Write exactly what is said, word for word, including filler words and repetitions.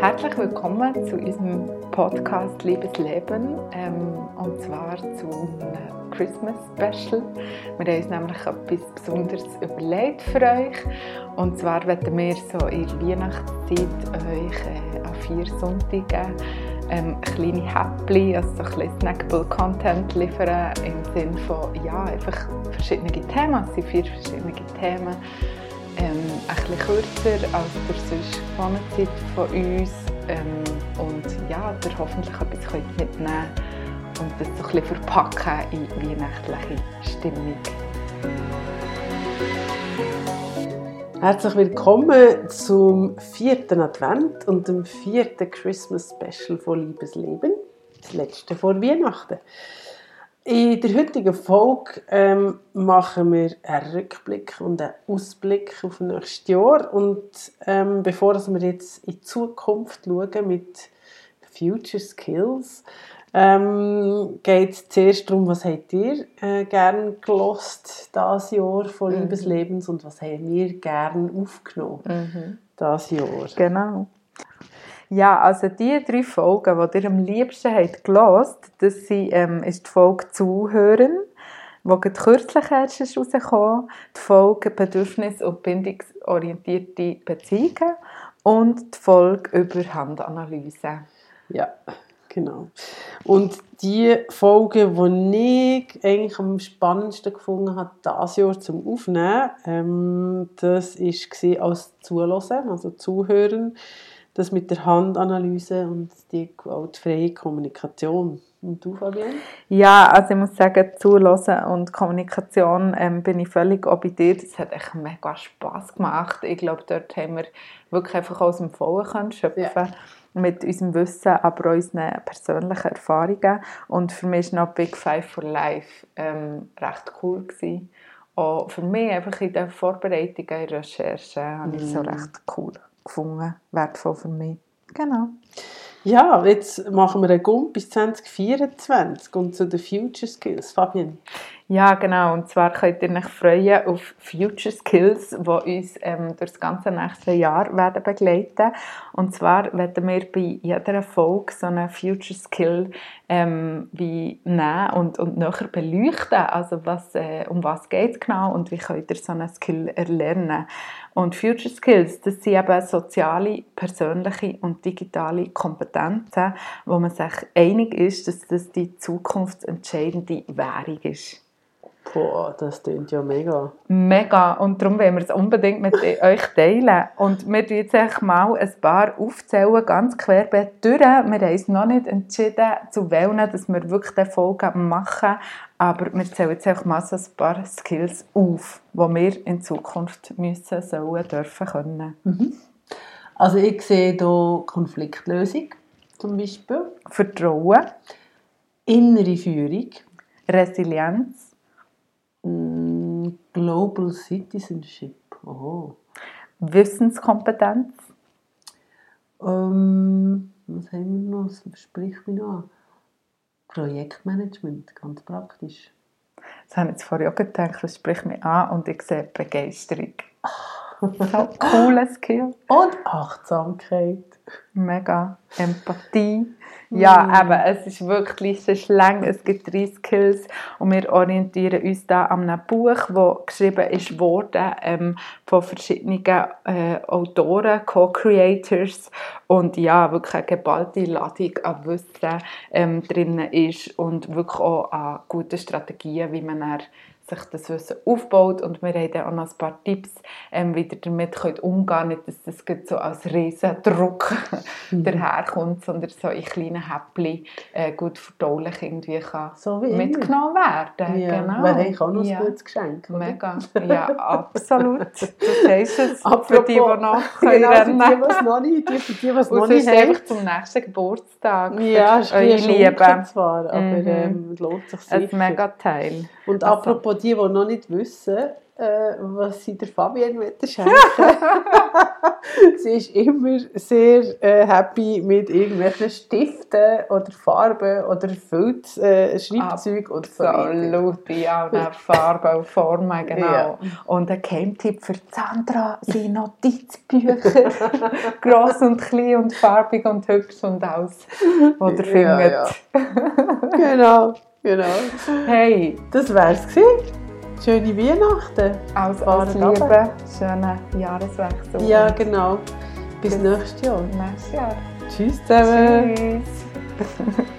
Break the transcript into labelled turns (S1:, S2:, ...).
S1: Herzlich willkommen zu unserem Podcast Liebes Leben, ähm, und zwar zu einem Christmas Special. Wir haben uns nämlich etwas Besonderes überlegt für euch. Und zwar wollen wir so in der Weihnachtszeit euch äh, an vier Sonntagen ähm, kleine Häppchen, also so ein bisschen Snackable-Content liefern, im Sinne von, ja, einfach verschiedene Themen, es sind vier verschiedene Themen. Ähm, ein bisschen kürzer als der sonst gewohnte Zeit von uns, ähm, und ja, ihr hoffentlich etwas könnt mitnehmen und das so ein bisschen verpacken in weihnachtliche Stimmung.
S2: Herzlich willkommen zum vierten Advent und dem vierten Christmas Special von Liebes Leben, das letzte vor Weihnachten. In der heutigen Folge ähm, machen wir einen Rückblick und einen Ausblick auf nächstes Jahr. Und ähm, bevor wir jetzt in die Zukunft schauen mit Future Skills, ähm, geht es zuerst darum, was habt ihr äh, gerne gelost dieses Jahr von mhm. Liebeslebens und was haben wir gerne aufgenommen mhm. dieses Jahr.
S1: Genau. Ja, also die drei Folgen, die ihr am liebsten habt gehört, das sind, ähm, ist die Folge «Zuhören», die kürzlich erst ist rausgekommen, die Folge «Bedürfnis- und bindungsorientierte Beziehungen» und die Folge über Handanalyse.
S2: Ja, genau. Und die Folge, die ich eigentlich am spannendsten gefunden habe, dieses Jahr zum Aufnehmen, ähm, das war als Zuhören, also Zuhören, das mit der Handanalyse und die gewaltfreie Kommunikation. Und du, Fabienne?
S1: Ja, also ich muss sagen, Zuhören und Kommunikation ähm, bin ich völlig bei dir. Das hat echt mega Spass gemacht. Ich glaube, dort haben wir wirklich einfach aus dem Vollen können schöpfen ja. mit unserem Wissen, aber auch unseren persönlichen Erfahrungen. Und für mich war noch Big Five for Life ähm, recht cool gewesen. Auch für mich einfach in den Vorbereitungen, in der Recherche, mm. habe ich es so recht cool gefunden, wertvoll für mich. Genau.
S2: Ja, jetzt machen wir einen Gump bis zwanzig vierundzwanzig und zu den Future Skills. Fabienne?
S1: Ja, genau. Und zwar könnt ihr euch freuen auf Future Skills, die uns ähm, durch das ganze nächste Jahr werden begleiten. Und zwar werden wir bei jeder Folge so einen Future Skill ähm, wie nehmen und, und näher beleuchten. Also was, äh, um was geht es genau und wie könnt ihr so einen Skill erlernen. Und Future Skills, das sind eben soziale, persönliche und digitale Kompetenzen, wo man sich einig ist, dass das die zukunftsentscheidende Währung ist.
S2: Boah, das klingt ja mega.
S1: Mega. Und darum wollen wir es unbedingt mit euch teilen. Und wir tun jetzt mal ein paar aufzählen, ganz querbeet durch. Wir haben uns noch nicht entschieden, zu wählen, dass wir wirklich diese Folge machen. Aber wir zählen jetzt auch mal so ein paar Skills auf, die wir in Zukunft müssen, sollen, dürfen, können.
S2: Mhm. Also ich sehe hier Konfliktlösung zum Beispiel.
S1: Vertrauen.
S2: Innere Führung.
S1: Resilienz.
S2: Global Citizenship. Oh.
S1: Wissenskompetenz.
S2: Ähm, was haben wir noch? Was spricht mich noch an? Projektmanagement, ganz praktisch.
S1: Das habe ich jetzt vorher auch gedacht, das spricht mich an und ich sehe Begeisterung. So cooler Skill.
S2: Und Achtsamkeit.
S1: Mega. Empathie. Ja, mm. eben, es ist wirklich so schlang. Es gibt drei Skills und wir orientieren uns da an einem Buch, das geschrieben ist worden ähm, von verschiedenen äh, Autoren, Co-Creators und ja, wirklich eine geballte Ladung an Wissen ähm, drin ist und wirklich auch an guten Strategien, wie man dann sich das Wissen aufbaut und wir haben dann auch noch ein paar Tipps, ähm, wie ihr damit könnt umgehen könnt, nicht, dass das so als riesen Druck mhm. daherkommt, sondern so in kleinen Häppchen äh, gut verdaulich irgendwie kann
S2: so
S1: mitgenommen werden.
S2: Ja,
S1: genau.
S2: wäre eigentlich auch noch
S1: ja.
S2: ein gutes Geschenk. Oder?
S1: Mega, ja, absolut. Das heisst es
S2: Apropos,
S1: für die, die noch können
S2: genau,
S1: rennen.
S2: für die, die es noch nicht, die, für die, die es noch nicht
S1: haben. einfach zum nächsten Geburtstag.
S2: Ja, ist ein Schunken zwar, aber
S1: mhm.
S2: ähm, lohnt sich sicher.
S1: Ein Mega-Teil.
S2: Und
S1: also.
S2: apropos die, die noch nicht wissen, äh, was sie der Fabienne schenken Sie ist immer sehr äh, happy mit irgendwelchen Stiften oder Farben oder Filz, äh, Schreibzeug und so weiter.
S1: Absolut, ja, und Farben und Formen, genau.
S2: Ja.
S1: Und ein Geheimtipp für Sandra sind Notizbücher. Gross und klein und farbig und hübsch und alles, was ihr findet.
S2: Ja, ja. Genau, genau.
S1: Hey,
S2: Das wär's gewesen. Schöne Weihnachten.
S1: alles, alles Liebe, schönen Jahreswechsel.
S2: Ja, genau. Bis nächstes Jahr.
S1: Nächstes Jahr.
S2: Tschüss zusammen.
S1: Tschüss.